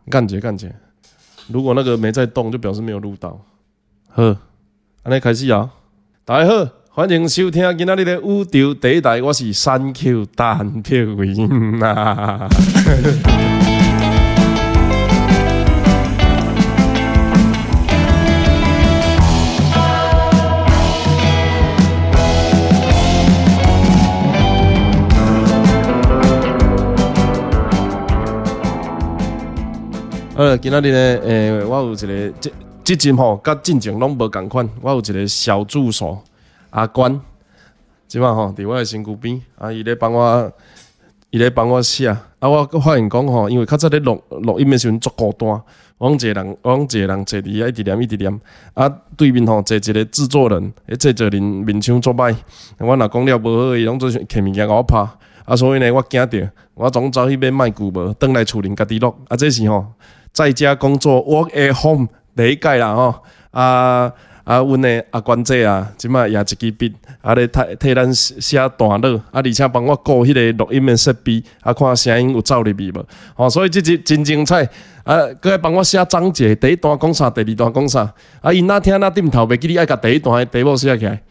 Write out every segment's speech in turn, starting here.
感觉。如果那个没在动，就表示没有录到。好，安尼开始啊！大家好，欢迎收听今仔日的宇宙第一台，我是三 Q 单票员呐。今仔日呢，我有一个这集吼，甲进前拢无共款。我有一个小助手阿关，即摆吼伫我的身躯边，伊咧帮我写。我发现讲吼，因为较早咧录音的时阵足孤单，我一个人坐伫遐一直念。对面吼坐一个制作人，制作人面相足歹。我若讲了无好，伊拢做摕物件甲我拍。所以呢，我惊着，我总走去买麦克无，转来厝里家己录。这是吼。在家工作 work at home 第一届啦吼，阮的阿关姐啊，即摆也一支笔，咧替咱写段落，而且帮我顾迄个录音的设备，看声音有走入去无？吼，所以这集真精彩，搁来帮我写章节，第一段讲啥，第二段讲啥，伊哪听哪点头，袂记你爱甲第一段的题目写起来。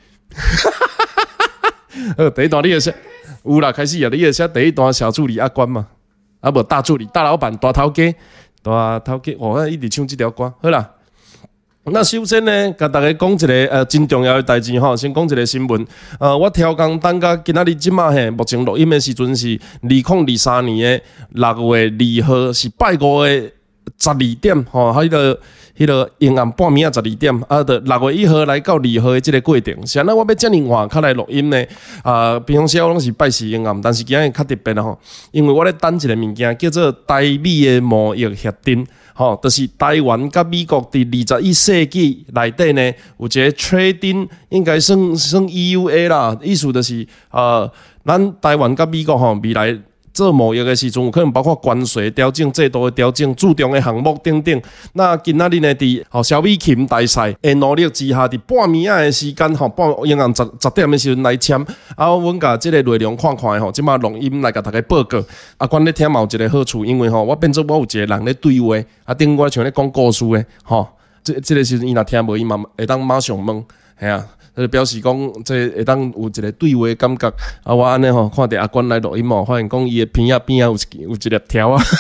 第一段你会写，有啦，开始啊，你会写第一段小助理阿关嘛？无大助理、大老板、大头家。一直唱这条歌，好啦。那首先呢，甲大家讲一个真重要的代志吼，先讲一个新闻。我调工等到今仔日即马目前录音的时阵是2023年的6月2号，是拜五的12点吼，迄个阴暗半暝12点，就6月1號来到2號的即個過程。是安怎我要遮爾晚較來錄音呢？平常時我攏是拜四陰暗，但是今日較特別啦吼，因為我咧等一個物件叫做台美的貿易協定，吼，就是台灣甲美國佇21世紀內底呢，有一個 trading 應該算 EUA 啦，意思就是咱台灣甲美國吼未來。做貿易的時陣，有可能包括關稅調整、制度的調整、注重的項目等等。那今仔日呢，佇蕭美琴大賽的努力之下，佇半暝仔的時間，半夜暗10點的時陣來簽。阮甲即個內容看吼，即馬錄音來甲大家報告。阮咧聽嘛有一個好處，因為吼，我變做我有一個人咧對話，等我像咧講故事的吼。即個時陣伊若聽無，伊嘛會當馬上問，係啊。就表示講，即會當有一個對話的感覺。我安尼吼，看到阿關來錄音吼，發現講伊的片仔邊有一粒條啊。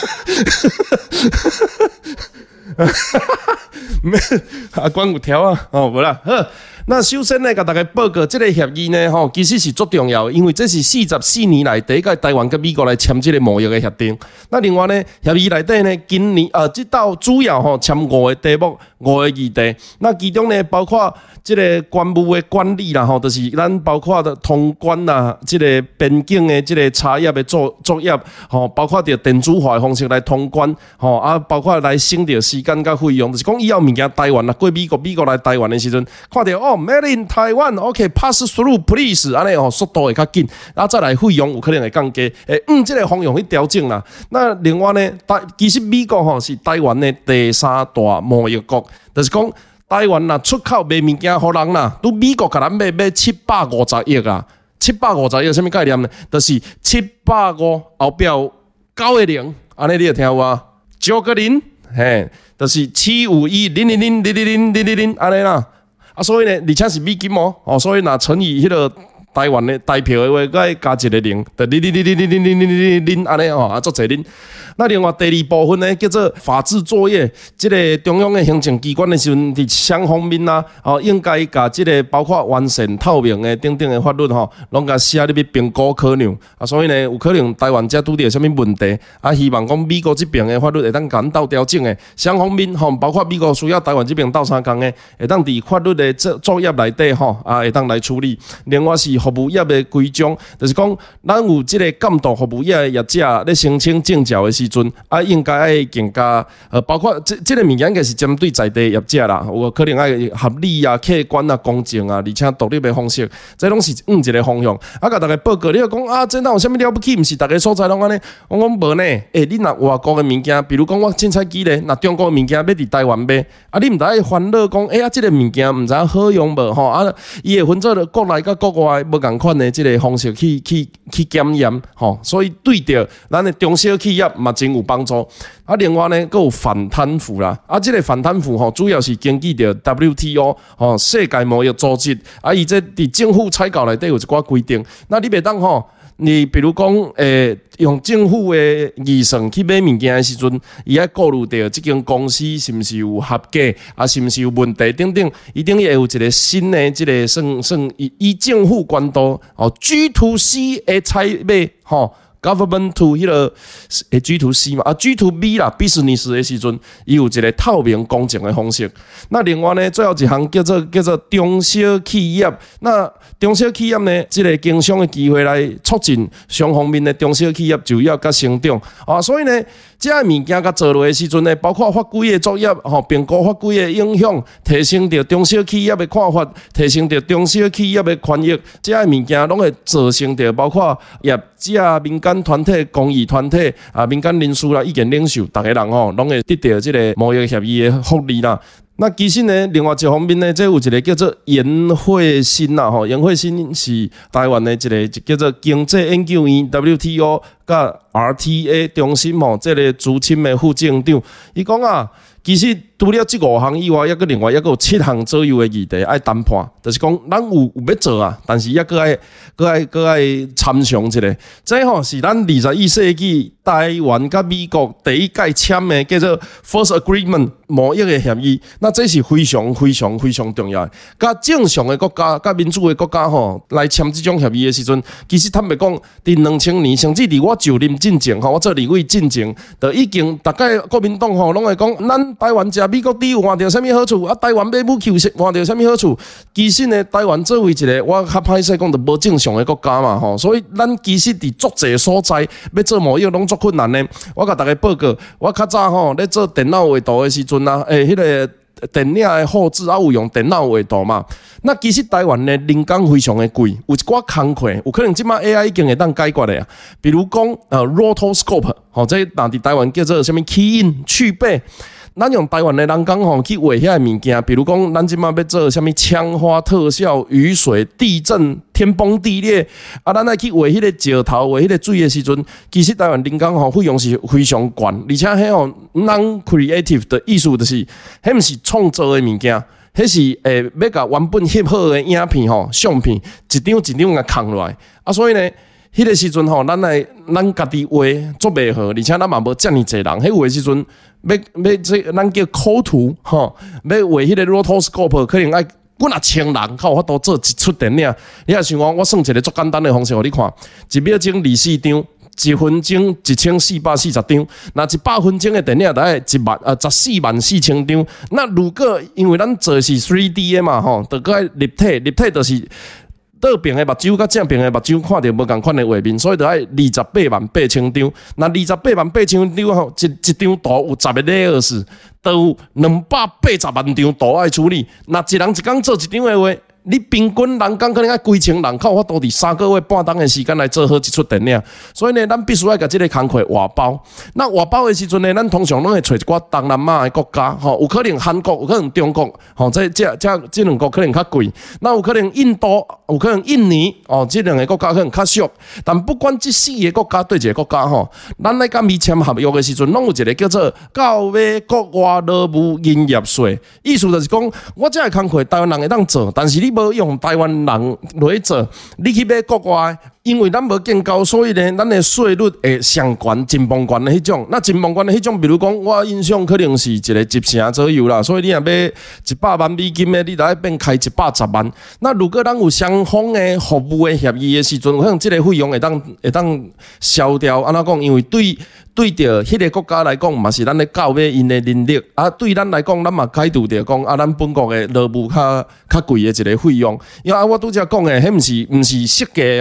阿關有條啊，無啦。好，那首先呢，甲大家報告，這個協議呢，吼，其實是足重要的，因為這是44年來第一個台灣跟美國來簽這個貿易的協定。那另外呢，協議內底呢，今年這道主要吼簽5個題目，5個議題。那其中呢，包括這個關務的管理啦，吼，就是咱包括的通關啦，這個邊境的這個查驗的作業，吼，包括着電子化的方式來通關，吼，包括來省着時間甲費用，就是講以後物件台灣啦，過美國來台灣的時陣，看到哦 ，Made in Taiwan，OK，pass through please， 安尼吼速度會較緊，再來費用有可能會降低，這個方向去調整啦。那另外呢，其實美國吼是台灣的第3大貿易國，就是講。台灣啦，出口賣物件互人啦，都美國甲咱買750億啊，750億什麼概念呢？就是750後壁9個0，安尼你有聽有啊？9個0，嘿，就是75100000000安尼啦。所以呢，而且是美金哦，所以若乘以迄個台灣的台票的話，該加一個0，就0安尼哦，足濟0。那另外第二部分呢，叫做法制作業，這個中央的行政機關的時陣，佇雙方面啦，應該甲這個包括完善透明的等等的法律吼，攏甲寫入去評估考量。所以呢，有可能台灣遮拄着啥物問題，希望講美國這邊的法律會當甲咱鬥調整的。雙方面吼，包括美國需要台灣這邊鬥相共的，會當佇法律的作業內底吼，會當來處理。另外是服務業的規章，就是講咱有這個監督服務業的業者咧申請證照的時陣，應該愛更加包括這個物件應該是針對在地業者啦，有可能愛合理啊、客觀啊、公正啊，而且獨立的方式，這攏是一個方向。甲大家報告，你又講這哪有啥物了不起？毋是大家所在攏安尼。我講無呢，你若外國的物件，比如講我凊彩舉例，若中國的物件要佇台灣買，你毋知愛煩惱講，這個物件毋知好用無吼？伊會分做國內甲國外， 无共款的即个方式去检验吼，所以对着咱的中小企业嘛真有帮助。啊，另外呢，佫有反贪腐啦，啊，即个反贪腐吼，主要是根据着 WTO 吼世界贸易组织，啊，伊这伫政府采购内底有一寡规定，那你袂当吼。你比如讲，用政府的预算去买物件的时阵，伊爱顾虑到这间公司是毋是有合格，啊，是毋是有问题等等，一定要有一个新的这个算以政府管道哦 G2C 的采买吼。Government to 迄个G2C 嘛，G2B 啦 ，business 的时阵，伊有一个透明公正的方式。那另外呢，最后一项叫做中小企业。那中小企业呢，这个经商的机会来促进双方面的中小企业就业甲成长啊。所以呢，这个物件甲做落的时阵呢，包括法规的作业吼，评估法规的影响，提升着中小企业的看法，提升着中小企业的权益。这个物件拢会造成着包括业者、民间团体、公益团体啊、民间人士啦、意见领袖，大家人吼，拢会得到这个贸易协议的福利啦。那其实呢，另外一方面呢，这有一个叫做严慧欣啦，吼，严慧欣是台湾的一个叫做经济研究院 WTO 甲 RTA 中心吼，这个资深的副cent长，伊讲啊。其实除了这5项以外，还另外有7项左右的议题爱谈判，就是讲咱有要做啊，但是还搁爱参详一下。这吼是咱21世纪台湾甲美国第一届签的叫做 First Agreement 贸易的协议，那这是非常重要的。甲正常的国家、甲民主的国家吼来签这种协议的时阵，其实坦白讲，伫2000年甚至伫我就任进前吼，我做立委进前，就已经大概国民党吼拢会讲咱。台湾食美国猪有换到什么好处？啊，台湾买武器换到什么好处？其实呢，台湾作为一个我较歹势讲，就无正常的国家嘛，吼，所以咱其实伫足侪所在要做贸易拢足困难的。我甲大家报告，我较早吼咧做电脑画图的时阵啊，迄个电影的后置啊有用电脑画图嘛。那其实台湾的人工非常的贵，有一寡工课，有可能即马 AI 已经会当解决的啊。比如讲rotoscope， 吼，这伫台湾叫做什么起印去背。咱用台湾的人工吼去画遐个物件，比如讲，咱即马要做啥物枪花特效、雨水、地震、天崩地裂，啊，咱爱去画迄个石头、画迄个水的时阵，其实台湾人工吼费用是非常悬，而且迄吼 non-creative 的意思就是，迄毋是创造的物件，迄是要甲原本翕好的影片吼、相片一张一张甲扛落来，啊，所以呢。迄个时阵吼，咱家己画做袂好，而且咱嘛无遮尔济人。迄有的时阵要这咱叫抠图吼，要画迄个 rotoscope， 可能爱几啊千人，才有法度做一出电影。你若想讲，我算一个足简单的方式互你看，1秒钟24张，1分钟1440张，那100分钟的电影大概144000张。那如果因为咱做的是 3D 的嘛吼，就搁爱立体就是。倒边的目睭甲正边的目睭看到无共款的画面，所以就爱288000张。那288000张吼，一张图有10个layers，都有280万张图爱处理。那一人一工做一张的话，你平均人工可能要几千人，靠法度伫3个月半冬的时间来做好一出电影。所以呢，咱必须要甲这个工课外包。那外包的时阵呢，咱通常拢会找一寡东南亚的国家，吼，有可能韩国，有可能中国，吼，这两个可能较贵。那有可能印度，有可能印尼，哦，这两个国家可能较俗。但不管这4个国家对一个国家，吼，咱来甲伊签合约的时阵，拢有一个叫做到美国外劳务营业税，意思就是讲，我这个工课台湾人会当做，但是你无用台湾人来做，你去买国外，因为咱无建交，所以呢，咱的税率会上悬、真崩悬的迄种。那真崩悬的迄种，比如讲，我印象可能是一个10成左右啦。所以你若买100万美金的，你就要变开110万。那如果咱有双方的服务的协议的时阵，可能这个费用会当消掉。安怎讲？因为对着迄个国家来讲，嘛是咱咧教育因的能力啊。对咱来讲，咱嘛解除着讲啊，咱本国的劳务较贵的一个费用。因为我拄则讲的，迄毋是设计哦，吼，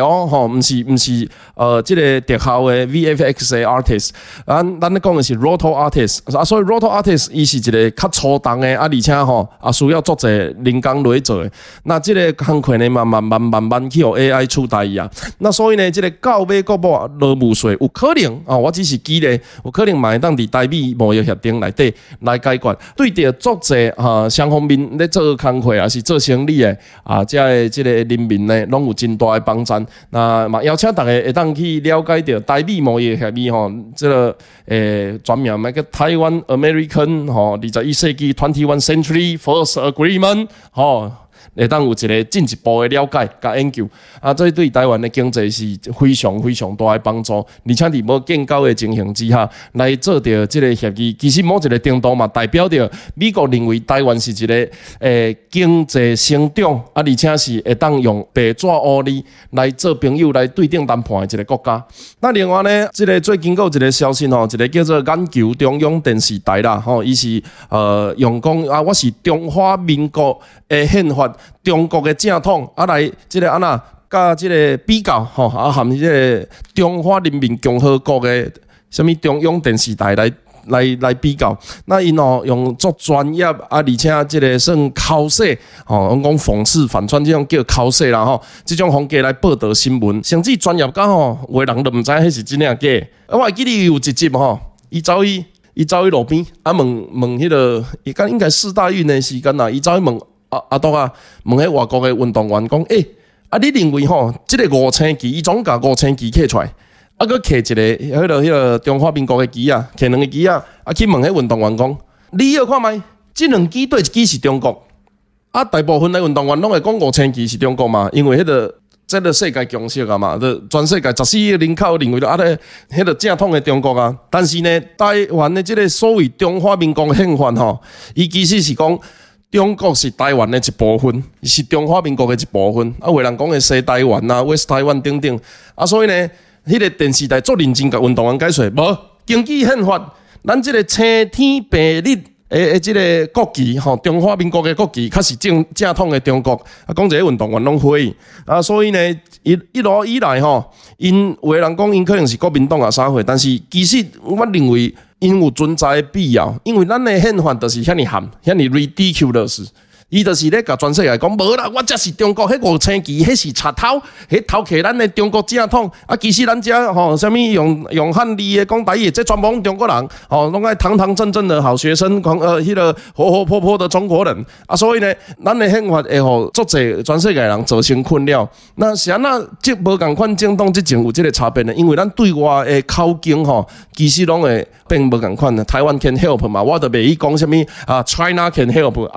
毋是即个特效的 VFX 的 artist， 咱咧讲的是 roto artist， 所以 roto artist 伊是一个较粗重的，而且需要做者人工落去做的。那即个工课呢，慢慢去互 AI 取代伊啊。那所以呢，即个到尾到末劳务税有可能我只是举例，有可能嘛会当伫台美贸易协定内底来解决。对着作者双方面咧做工课，还是做生意的遮的即个人民呢，拢有真大的帮助。那嘛邀请大家会当去了解到台美贸易协议即个全名叫台湾 American 21世纪 21st Century First Agreement 会当有一个进一步的了解甲研究这对台湾的经济是非常非常大的帮助，而且伫无建交的情形之下来做到这个协议，其实某一个程度嘛，代表着美国认为台湾是一个经济成长而且是会当用白纸黑字来做朋友来对等谈判的一个国家。那另外呢，这个最近有一个消息一个叫做眼球中央电视台啦伊是用讲我是中华民国的宪法。中国的正统来即个甲即个比较含即个中华人民共和国的什么中央电视台来比较，那因用足专业而且即个算口说我讲讽刺反串这种叫口说啦这种风格来报道新闻，甚至专业到有的人都毋知迄是真诶假。我还记得有一集伊走去路边问迄个应该4大运的时间啦，伊走去问。都问迄外国的运动员讲，你认为即个5000旗，伊总甲5000旗刻出来，佮刻一个迄个中华民国的旗刻2个旗去问迄运动员讲，你要看觅，即2支对一支是中国，大部分的运动员拢会讲5000旗是中国嘛，因为这个世界共识嘛，全世界14亿人口认为迄个正统的中国啊。但是呢，台湾的即个所谓中华民国宪法伊其实是讲。中国是台湾的一部分，是中华民国的一部分。有人讲的西台湾West 台湾等等。所以呢，迄个电视台做认真甲运动员解说，无根据宪法，咱即个青天白日的即个国旗中华民国的国旗，较是正统的中国。讲这些运动员拢会所以呢，一路以来因有的人讲因可能是国民党啥货，但是其实我认为。因有存在的必要，因为咱的宪法就是遐尼含，遐尼 ridiculous。伊就是咧甲全世界讲，无啦，我才是中国，迄5000旗，迄是贼头，迄偷摕咱的中国正统。其实咱遮啥物用汉字的讲台语，这全部中国人，拢爱堂堂正正的好学生，迄个活活泼泼的中国人。所以呢，咱的宪法会互足侪全世界人造成困扰。那是安那即无共款政党之前有即个差别呢？因为咱对外的口径其实拢会变无共款。台湾 can help 嘛，我就袂去讲啥物China can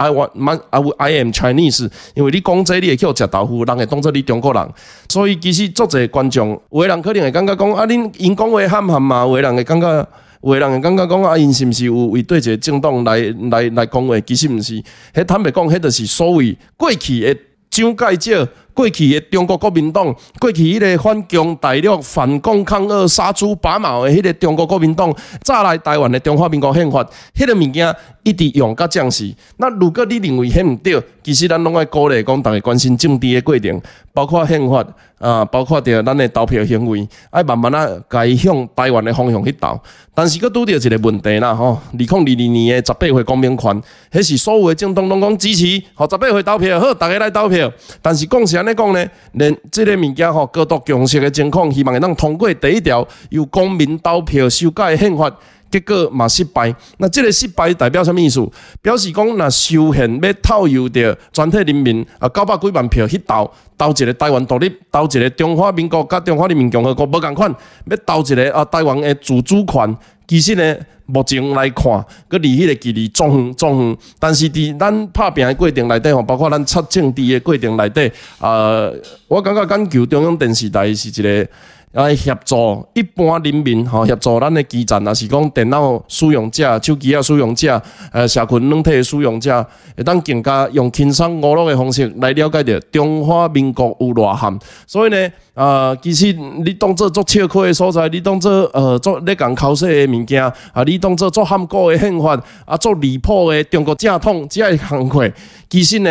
help。I am Chinese， 因为你讲这你会去食豆腐，人会当作你中国人，所以其实足侪观众，有的人可能会感觉讲恁因讲话含嘛，有的人会感觉讲因是毋是有为对一个政党来讲话，其实毋是，迄坦白讲，迄就是所谓过去的蒋介石。过去的中国国民党，过去迄个反共大陆、反共抗俄、杀猪拔毛的迄个中国国民党，早来台湾的中华民国宪法，迄个物件一直用到将士。那如果你认为迄毋对，其实咱拢爱鼓励讲，大家关心政治的过程，包括宪法包括着咱的投票行为，爱慢慢该向台湾的方向去投。但是佫拄着一个问题啦，2022年的18岁公民权，迄是所有的政党拢讲支持，互18岁投票，好，大家来投票。但是讲是安尼讲呢，连这个物件高度共识的情况，希望会当通过第一条由公民投票修改的宪法。结果嘛失败，那这个失败代表什么意思？表示讲，那修宪要套用着全体人民900几万票去投一个台湾独立，投一个中华民国甲中华人民共和国无共款，要投一个台湾的自主权。其实呢，目前来看，佮离迄个距离总远，但是伫咱拍拼的过程内底包括咱测政治的过程内底，我感觉眼球中央电视台是一个。来协助一般人民协助咱的基层，也是讲电脑使用者、手机使用者、社群软体使用者，会当更加用轻松娱乐的方式来了解到中华民国有偌涵。所以呢，其实你当做做笑亏的所在，你当做做咧讲口说的物件，你当做做含糊的宪法，做离谱的中国正统这些行为，其实呢。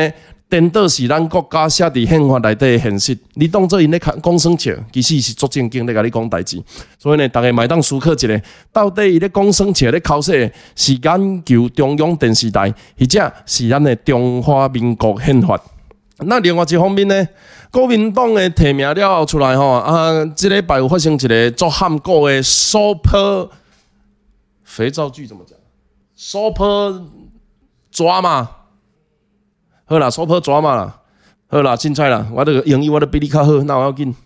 颠倒是咱国家写伫宪法内底的现实。你当做因咧讲耍笑，其实是足正经咧甲你讲代志。所以呢，大家嘛当思考一下，到底伊咧讲耍笑咧口说是研究中央电视台，或者是咱的中华民国宪法？那另外一方面呢，国民党的提名了后出来吼，这礼拜有发生一个足喊过的super肥皂剧怎么讲 ？super drama， 好啦 ，super drama 啦，好啦，凊彩啦，我这个英语我都比你较好，那有要紧。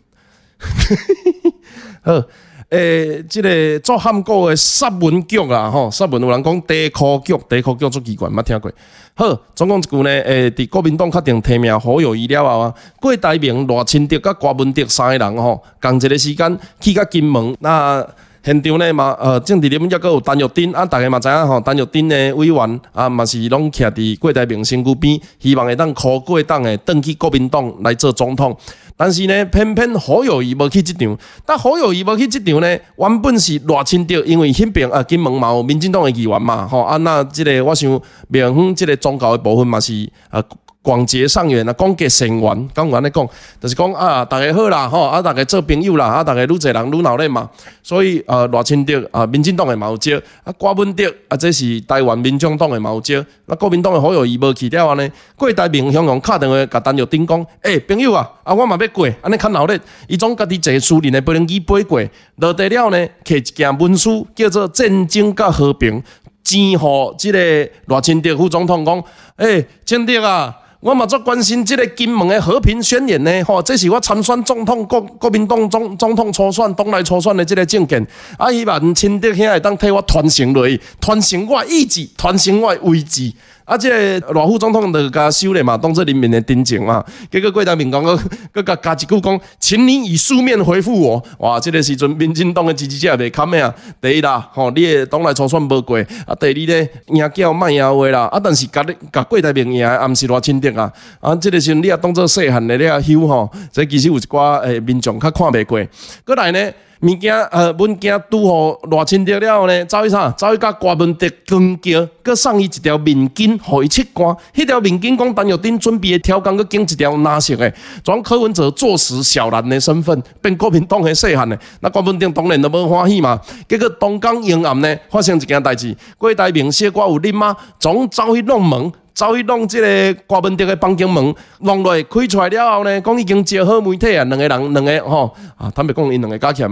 好，这个足喊过的杀文局啦，吼，杀文有人讲地科局足奇怪，捌听过。好，总共一句呢，伫国民党确定提名侯友宜了后啊，郭台铭、赖清德甲郭文哲三个人吼，同一个时间去到金门，那现场呢嘛，政治人物抑阁有陈玉珍啊，大家嘛知影吼，陈玉珍的委员啊，嘛是拢徛伫郭台铭身躯边，希望会当靠郭党的转去国民党来做总统。但是呢，偏偏侯友宜无去这场。但侯友宜无去这场呢，原本是赖清德，因为迄边金门嘛有民进党的议员嘛，吼那这个我想苗远这个宗教的部分嘛是广结善缘啊，广结善缘，讲完咧讲，就是讲大家好啦，吼大家做朋友啦，大家愈侪人愈闹热嘛，所以赖清德民进党的嘛有招，郭文哲这是台湾民众党的嘛有招，那国民党的侯友宜无去了呢，郭台铭向用敲电话甲陈玉珍讲，朋友啊，我嘛要过，安尼较闹热，伊总家己坐私人的飞行机飞过，落地了呢，摕一件文书叫做战争甲和平，寄互即个赖清德副总统讲，清德啊。我嘛足关心这个金门的和平宣言呢，吼，这是我参选总统国民党总统初选党内初选的这个证件，希望清德兄会当替我传承落去，传承我意志，传承我位置。这个赖副总统就甲收咧嘛，当做人民的真情嘛。结果郭台铭讲佮加一句讲，请你以书面回复我。哇，这个时阵民进党的支持者袂堪的啊。第一啦，吼，你的党内初选无过，第二咧赢叫卖赢话啦，但是甲郭台铭赢的，毋是赖清德啊。这个时阵你也当做细汉的你也休吼，这其实有一寡民众较看袂过。过来呢？文件拄好赖清德了后呢，走去啥？走去甲郭文哲光桥，佮送伊一条面巾，互伊拭干。迄条面巾讲陈玉珍准备的条纲，佮经一条蓝色的，装柯文哲坐实小蓝的身份，变国民党的细汉的。那郭文哲当然都无欢喜嘛。结果东港阴暗呢，发生一件代志，郭台铭小可有啉啊，总走去弄门。走去弄这个郭文哲的房间门，弄落开出来了后呢，讲已经招好媒体啊，两个吼坦白讲，因两个加起来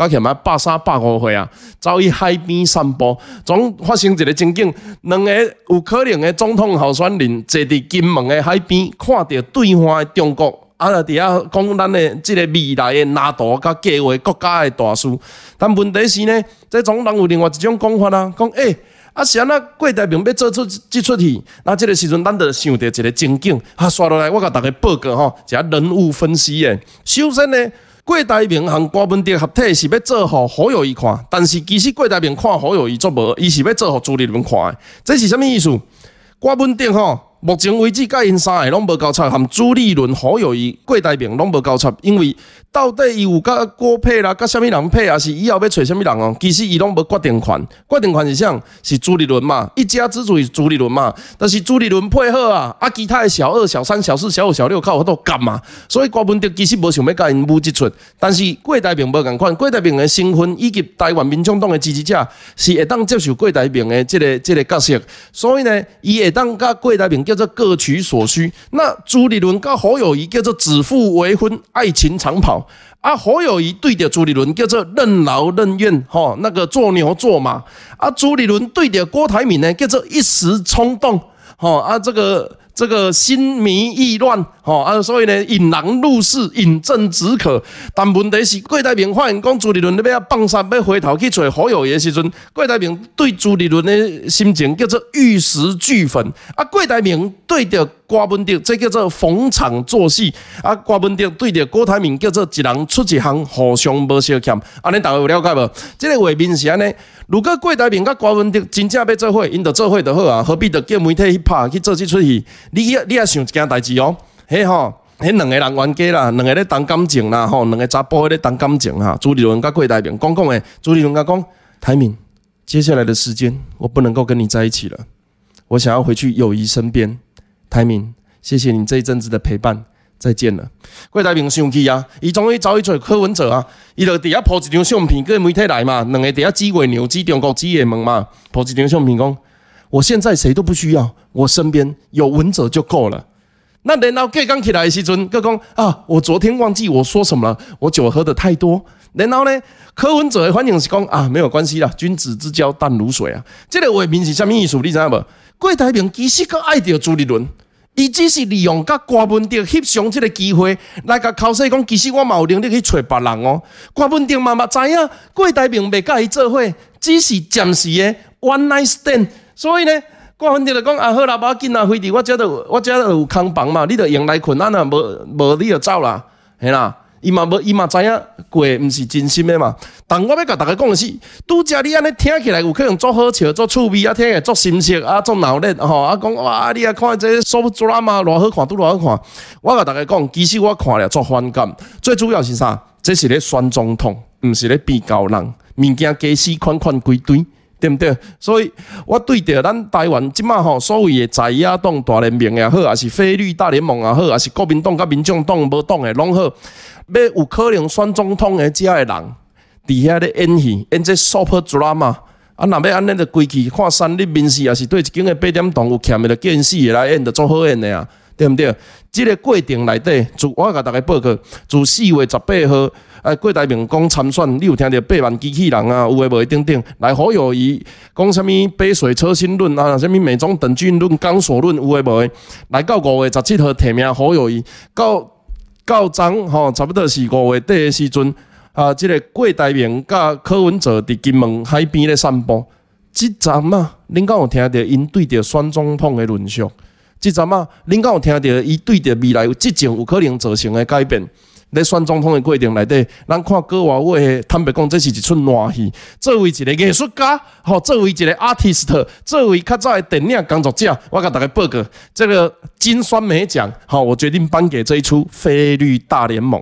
130、150岁啊，走去海边散步，总发生一个情景，两个有可能的总统候选人坐伫金门的海边，看到对岸的中国。伫遐讲咱的这个未来的拿度甲计划国家的大事，但问题是呢，这种人有另外一种讲法啊，讲是安那郭台铭要做出这出戏，那这个时阵咱就想到一个情景，刷落来我甲大家报告吼，一下人物分析的。首先呢，郭台铭和郭文哲合体是要做互侯友宜看，但是其实郭台铭看侯友宜做无，伊是要做互朱立伦看的。这是啥物意思？郭文哲吼。目前为止，甲因三个拢无交叉，含朱立伦、侯友宜、郭台铭拢无交叉，因为到底伊有甲郭配啦，甲啥物人配，还是以后要找啥物人哦？其实伊拢无决定权，决定权是啥？是朱立伦嘛？一家之主是朱立伦嘛？但是朱立伦配合啊，其他的小二、小三、小四、小五、小六靠我都干嘛？所以郭文哲其实无想要甲因舞即出，但是郭台铭无共款，郭台铭的身份以及台湾民众党的支持者是会当接受郭台铭的这个角色，所以呢，伊会当甲郭台铭。叫做各取所需。那朱立伦跟侯友宜叫做指腹为婚，爱情长跑。侯友宜对着朱立伦叫做任劳任怨，那个做牛做马。朱立伦对着郭台铭呢叫做一时冲动，这个心迷意乱，所以呢，引狼入室，饮鸩止渴。但问题是，郭台铭发现讲朱立伦要放杀，要回头去找侯友宜的时阵，郭台铭对朱立伦的心情叫做玉石俱焚。郭台铭对着郭文哲，这叫做逢场作戏。郭文哲对着郭台铭叫做一人出一项，互相无相欠。安尼大家有了解无？这个画面是安尼。如果郭台铭甲郭文哲真正要做伙，因就做伙就好啊，何必就叫媒体去拍去做这出戏？你也想一件代志哦，迄两个人冤家啦，两个咧谈感情啦，两个查甫咧谈感情哈。朱立伦甲郭台铭讲诶，朱立伦甲讲，台铭，接下来的时间我不能够跟你在一起了，我想要回去友谊身边。台铭， 谢谢你这一阵子的陪伴，再见了。郭台铭生气啊，伊终于走去找柯文哲啊，伊就伫遐抛一张相片，跟媒体来嘛，两个伫遐指月娘指中国指的门嘛，抛一张相片讲，我现在谁都不需要，我身边有文哲就够了。那然后隔刚起来的时阵，佮讲啊，我昨天忘记我说什么了，我酒喝的太多。然后呢，柯文哲的反应是讲啊，没有关系啦，君子之交淡如水啊。这个画面是什么意思？你知道无？郭台铭其实佮爱着朱立伦，伊只是利用甲郭文哲翕相这个机会来甲口说讲，其实我嘛有能力去找别人哦。郭文哲嘛知影郭台铭袂甲伊做伙，只是暂时的 one night stand， 所以呢。郭文哲就讲啊，好啦，无要紧啦，飞弟，我遮就有空房嘛，你就用来困啊，那无你就走啦，嘿啦，伊嘛知影过毋是真心的嘛。但我要甲大家讲的是，拄则你安尼听起来有可能足好笑、足趣味啊，听起来足新鲜啊，足闹热吼啊，讲哇，你啊看这soap drama偌好看，拄偌好看。我甲大家讲，其实我看了足反感，最主要是啥？这是咧选总统，毋是咧比较人，物件家私款规堆。对不对？所以我对着咱台湾即马吼所谓的在野党大联盟也好，还是非绿大联盟也好，还是国民党甲民众党无党的拢好，要有可能选总统的这的人，伫遐咧演戏，演这 soap drama， 啊，若要安尼就规气看三立民视，也是对一间的8点档有欠的，就见死的来演，就做好演的啊，对不对？这个过程内底，我甲大家报告，自4月18号。郭台铭讲参选，你有听到8万机器人啊？有诶无等等，来侯友宜讲什么杯水车薪论啊？什么美中等距论、钢索论有诶无诶？来到5月17号提名侯友宜，到昨吼差不多是5月底诶时阵啊，这个郭台铭甲柯文哲伫金门海边咧散步，即阵啊，恁敢有听到因对着选总统诶论述？即阵啊，恁敢有听到伊对着未来有即种有可能造成诶改变？咧选总统的过程内底，咱看郭华伟，坦白讲，这是一出烂戏。作为一个艺术家，作为一个 artist， 作为较早的电影工作者，我甲大家报告，这个金酸梅奖，我决定颁给这一出《非绿大联盟》。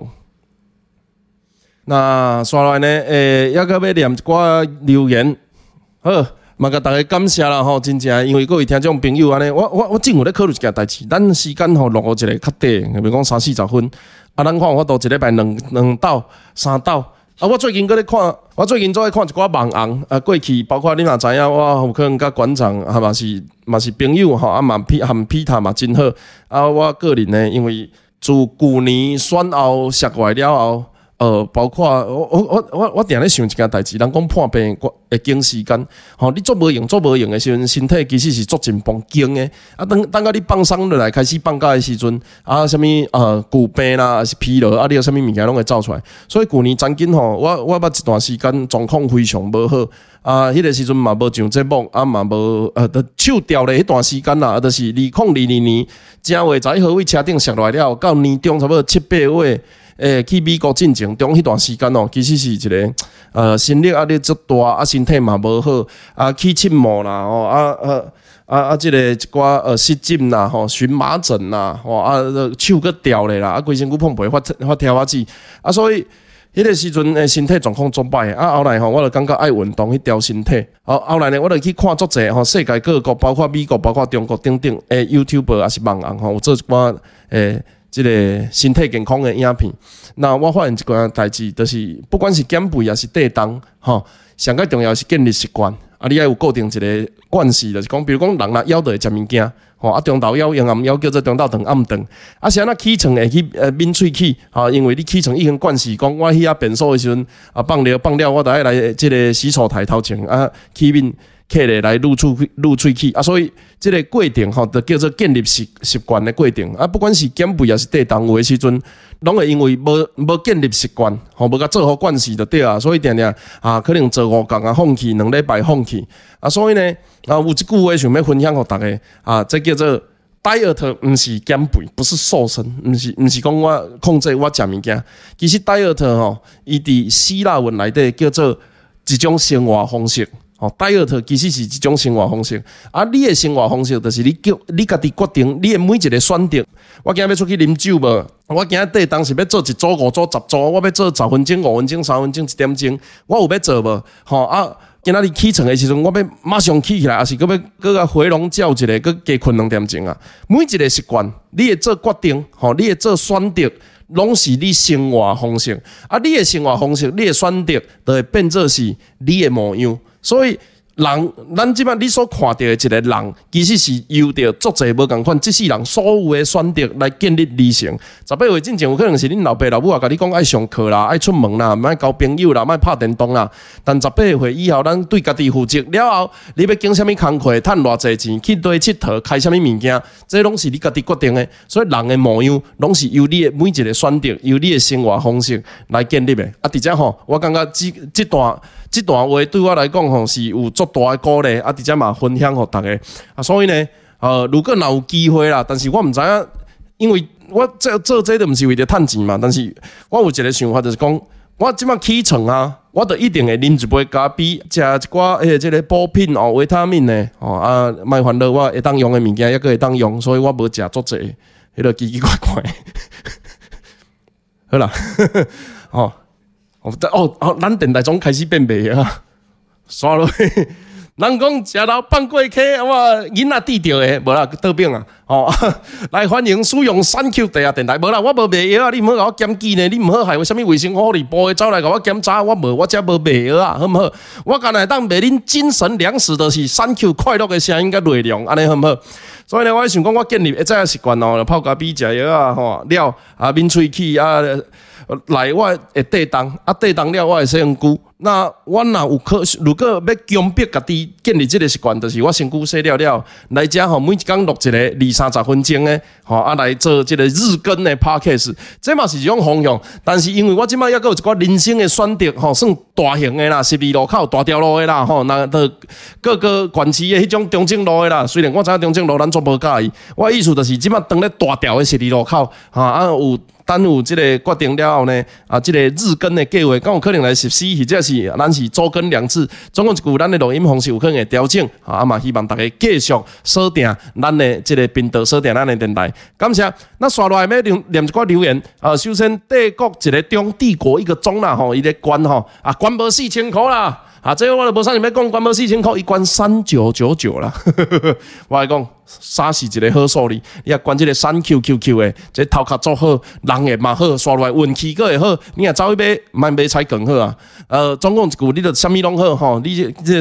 那刷来呢，也个要念一寡留言，好。嘛，甲大家感谢啦吼，真正因为各位听众朋友安尼，我正有咧考虑一件代志，咱时间录一个较短，比如讲30-40分，啊，咱看我都一礼拜两到3到，啊，我最近搁咧看，我最近做咧看一寡网红，过去包括你嘛知影，我有可能甲馆长嘛是朋友吼，啊嘛和皮塔嘛真好，啊，我个人呢，因为自去年选后摔坏了后。包括我定咧想一件代志，人讲破病会经时间，你做无用的时阵，身体其实是足紧绷经的。啊，等到你放松落来，开始放假的时阵，啊，什么骨病啦，还是疲劳，啊，你有什么物件拢会走出来。所以去年曾经吼，我捌一段时间状况非常无好，啊，迄个时阵嘛无上节目，啊嘛无手掉咧迄段时间啦，就是2022年正月10号位车顶摔落来了，到年中差不多7-8月。去美国进前中迄段时间其实是一个心理压力足大，啊身体嘛无好，啊起荨麻啦，即个一寡湿疹啦，荨麻疹啦，手佫掉咧啦，规身躯碰皮发跳啊子，啊所以迄个时阵身体状况足歹，啊后来我就感觉爱运动去调身体，后来呢我就去看足侪世界各国，包括美国，包括中国等等YouTuber 也是网红有做一寡这个身体健康的影片，那我发现一件代志，就是不管是减肥还是地动，上较重要是建立习惯。啊，你要有固定一个惯势，就是讲，比如讲人若枵着会食物件，啊中昼枵、阳暗枵叫做中昼肠暗肠，啊是安那起床会去抿喙齿，因为你起床已经惯势，讲我去遐便所的时阵，啊放了，我就爱来这个洗手台头前啊起面。客咧来入喙齿啊，所以这个过程就叫做建立习惯的过程啊。不管是减肥还是地动，有的时阵，拢会因为无建立习惯，无甲做好惯势就对啊。所以定定可能做5天放弃，2礼拜放弃啊。所以呢有一句话想要分享给大家这叫做 diet， 不是减肥，不是瘦身，不是讲我控制我食物件。其实 diet 伊伫希腊文内底叫做一种生活方式。diet 其实是一种生活方式，啊，你的生活方式就是你家己决定，你的每一个选择。我今日要出去啉酒无？我今日对当时要做1组、5组、10组，我要做10分钟、5分钟、3分钟、1点钟，我有要做无？ 今仔日起床的时阵，我要马上起来，还是搁要甲回笼觉一下，搁加困2点钟啊。每一个习惯，你会做决定，你会做选择，拢是你生活方式。啊，你的生活方式，你的选择，就会变做是你的模样。所以。人，咱即摆你所看到的一个人，其实是由着足侪无共款，即世人所有的选择来建立理想。18岁之前有可能是恁老爸老母啊，甲你讲爱上课啦，爱出门啦，莫交朋友啦，莫拍电动啦。但18岁以后，咱对家己负责了后，你要经啥物工课，趁偌济钱，去对佚佗，开啥物物件，这拢是你家己决定的。所以人的模样，拢是由你的每一个选择，由你的生活方式来建立的。啊，而且吼，我感觉这段话对我来讲吼是有足大的鼓励，啊，而且嘛分享给大家啊，所以呢，如果若有机会啦，但是我毋知影，因为我做这都毋是为着趁钱嘛，但是我有一个想法就是讲，我即摆起床啊，我就一定会啉一杯咖啡，食一寡这个补品哦，维他命呢，啊，莫烦恼我会当用的物件，抑个会当用，所以我无食足济，迄个奇奇怪怪，好啦，咱电台总开始变卖啊，刷落去。人讲食老放过客，我囡仔低调的，无啦，倒饼啊，来欢迎使用3Q 地下电台，无啦，我无卖药啊，你毋好甲我检举呢，你毋好害我啥物卫生福利部的走来甲我检查，我遮无卖药啊，好毋好？我干来当卖恁精神粮食，就是3Q 快乐的声音甲内容，安尼好毋好？所以呢，我想讲，我建立一个习惯哦，泡咖啡、食药啊，了啊，抿喙齿啊。来，我会地动，地动了，我会洗身躯。那我若有如果要强迫家己建立这个习惯，就是我身躯洗了，来遮每一天录一个20-30分钟的，来做这个日更的 podcast， 这嘛是一种方向。但是因为我即摆还有一寡人生的选择，算大型的啦，12路口大条路的啦，那各个县市的迄种中正路的啦。虽然我知影中正路咱做无介意，我意思就是即摆当咧大条的12路口，有。等有这个决定了后呢，这个日更的计划，敢有可能来实施，或者是咱是周更2次，总共一句咱的录音方式有可能会调整，嘛希望大家继续锁定咱的这个频道，锁定咱的电台。感谢。那刷落来要念一寡留言，首先帝国一个钟，帝国一个钟啦，伊个关关无4000块啦。这我就无啥物要讲，关无4000块，伊关3999啦。我来讲，啥是一个好数字？你啊关这个3QQQ 的，这头壳做好，人也嘛好，刷落来运气个会好。你啊走去买，莫买菜更好啊。总共一句，你就啥物拢好你这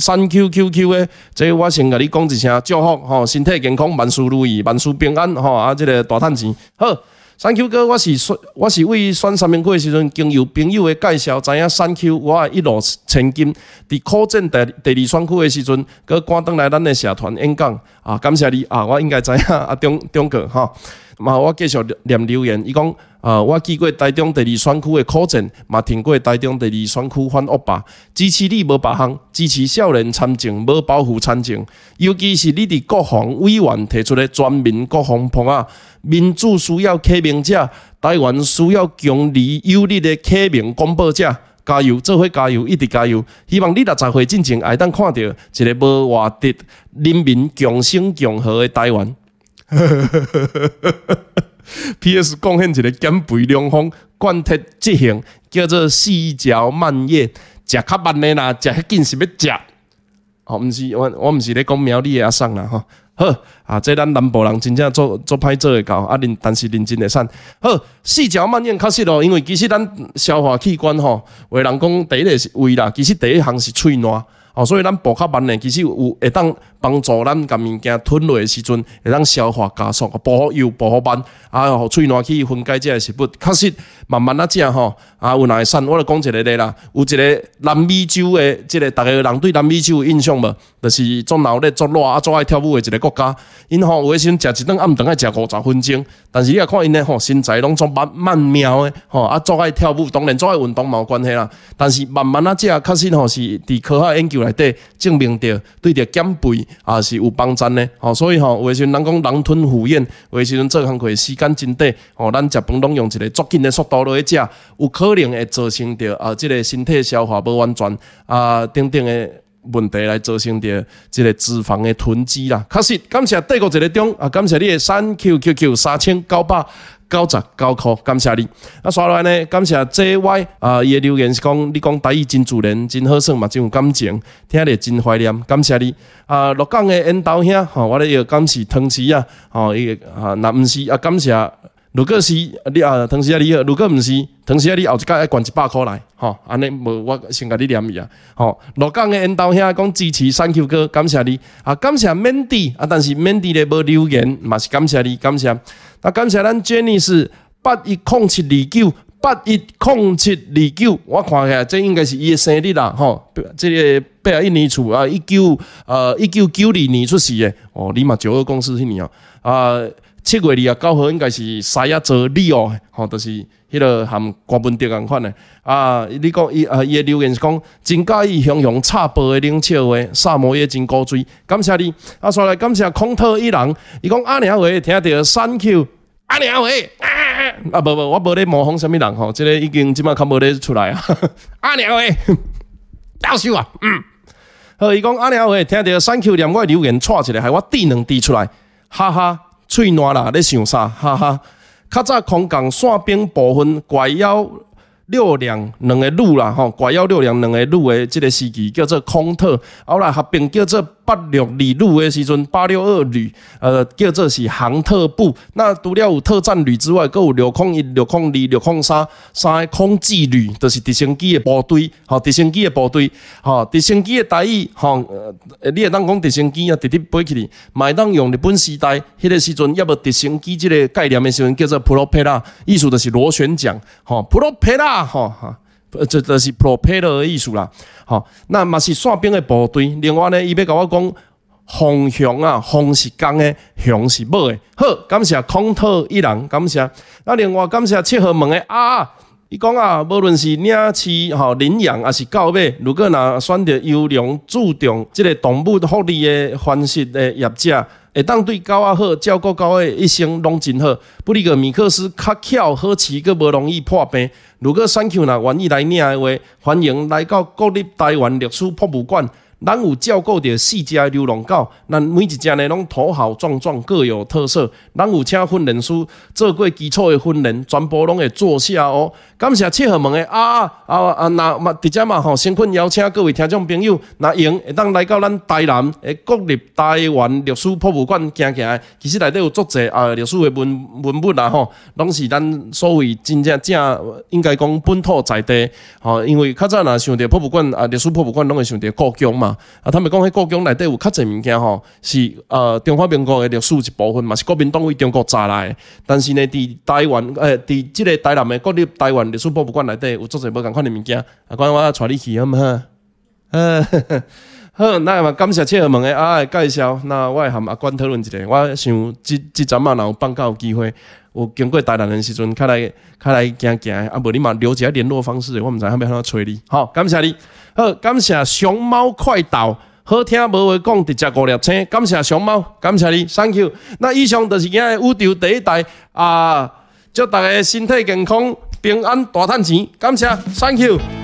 3QQQ 的，这我先甲你讲一声祝福身体健康，万事如意，万事平安这个大趁钱好。3Q 哥，我是为选3名课的时阵，经由朋友的介绍，知影3Q 我一路前进。伫考证第2选区的时阵，佮赶倒来咱的社团演讲感谢你我应该知影中哥嘛，我继续念留言，伊讲我记过台中第2选区的考证，嘛听过台中第2选区反恶霸，支持你无别项，支持少年参政，无保护参政，尤其是你伫国防委员提出的全民国防法民主需要启明者，台湾需要强而有力的启明公报者。加油，做伙加油，一直加油！希望你60岁进前会当看到一个无外敌、人民共生共和的台湾。P.S. 贡献一个减肥良方，贯彻执行，叫做细嚼慢咽，食较慢的啦，食迄紧是要食。毋是我毋是咧讲苗栗的阿桑啦好这咱南部人真正做歹做会到但是认真会善好细嚼慢咽确实咯，因为其实咱消化器官有的人讲第一个是胃啦，其实第一项是喙烂所以咱步较慢呢，其实有会当帮助咱甲物件吞落的时阵，会当消化加速，步好油步好慢互喙烂去分解这个食物，确实慢慢食有哪会散？我就讲一个例啦，有一个南美洲的这个大家人对南美洲有印象无？就是做闹热做热做爱跳舞的一个国家，因有的时阵食一顿暗顿爱食50分钟，但是你也看因的身材拢做曼妙的做爱跳舞，当然做爱运动嘛有关系啦，但是慢慢食确实是伫科学研究内底证明着对着减肥是有帮助的所以有的时阵人讲狼吞虎咽，有的时阵做工课时间真短咱食饭拢用一个足紧的速度落去食，有可能会造成着这个身体消化无完全等等的问题来造成着这个脂肪的囤积啦。确实，感谢帝国一个中啊，感谢你的3Q999999块，感谢你。啊，刷落来呢，感谢 JY 啊，伊的留言是讲你讲台语真自然，真好耍嘛，真有感情，听了真怀念，感谢你。啊，鹿港的缘投兄，吼，我咧要感谢汤匙啊，吼，伊啊，若毋是啊，感谢。如果是你啊，唐时啊你好；如果毋是，唐时啊你后一届爱捐100块来，吼，安尼无我先甲你念伊啊，吼。鹿港的缘投兄讲支持3 Q 哥，感谢你啊，感谢 Mandy 啊，但是 Mandy 咧无留言，嘛是感谢你，感谢。啊，感谢咱 Jenny 是810729，810729，我看起来这应该是伊的生日啦，吼，这个81年厝啊，1992年出世的，哦，你嘛92公司迄年哦，7月29号应该是西亚做李哦，吼，就是迄个含郭文德共款的啊。你讲伊的留言是讲真介意雄雄插播的冷笑话，萨摩耶真古锥，感谢你。啊，再来感谢空特一人，伊讲阿娘话听到3 Q， 阿娘话啊，无，我无咧模仿什么人吼，这个已经即马较无咧出来啊。阿娘话，夭寿啊，好，伊讲阿娘话听到3 Q 念我留言串一个，害我滴两滴出来，哈哈。喙烂啦，咧想啥？哈哈！较早空港线柄部分拐腰6两2个路啦，吼，拐腰6两2个路的这个时期叫做空特，后来合并叫做862旅的时阵，862旅，叫做是航特部。那除了有特战旅之外，还有601、602、603个空技旅，就是直升机的部队，吼，直升机的部队，吼，直升机的台语，吼，你会当讲直升机啊，直直飞起哩，嘛会当用日本时代迄个时阵，也无直升机这个概念的时阵，叫做 propeller， 意思就是螺旋桨，吼 ，propeller， 吼，这就是 propeller 的意思啦，吼，那嘛是线兵的部队。另外呢，伊要甲我讲，风雄啊，风是公的，雄是母的。好，感谢空特一人，感谢。那另外感谢7号门的伊讲啊，无论是领饲吼领养，还是购买，如果若选择优良注重这个动物福利的方式的业者，会当对狗仔好，照顾狗的一生拢真好。布里格米克斯较巧好饲，佮无容易破病。如果3 Q 若愿意来领的话，欢迎来到国立台湾历史博物馆。咱有照顾到4只流浪狗，咱每一只呢拢头好壮壮，各有特色。咱有请训练师做过基础的训练，全部拢会做下哦。感谢7号门的那嘛，直接嘛吼，先困邀请各位听众朋友，那用会当来到咱台南的国立台湾历史博物馆行行。其实内底有足侪历史的文物啦吼，拢是咱所谓真正应该讲本土在地吼，因为较早若想到博物馆历史博物馆拢会想到故宫嘛。他们讲迄故宫内底有较侪物件吼，是中华民国的历史一部分嘛，是国民党为中国砸来的。但是呢，伫台湾伫即个台南的国立台湾历史博物馆内底有足侪无共款的物件。啊，管我带你去好唔好？好，那么感谢7号门的介绍。那我会和阿关讨论一下。我想即阵嘛，若有放假有机会，有经过台南的时阵，较来行行。啊，无你嘛留一下联络方式，我毋知要怎找你。好，感谢你。好，感谢熊猫快导，好听无话讲，直接5粒星。感谢熊猫，感谢你 ，Thank you。那以上就是今日宇宙第一台祝大家身体健康、平安、大赚钱。感谢 ，Thank you。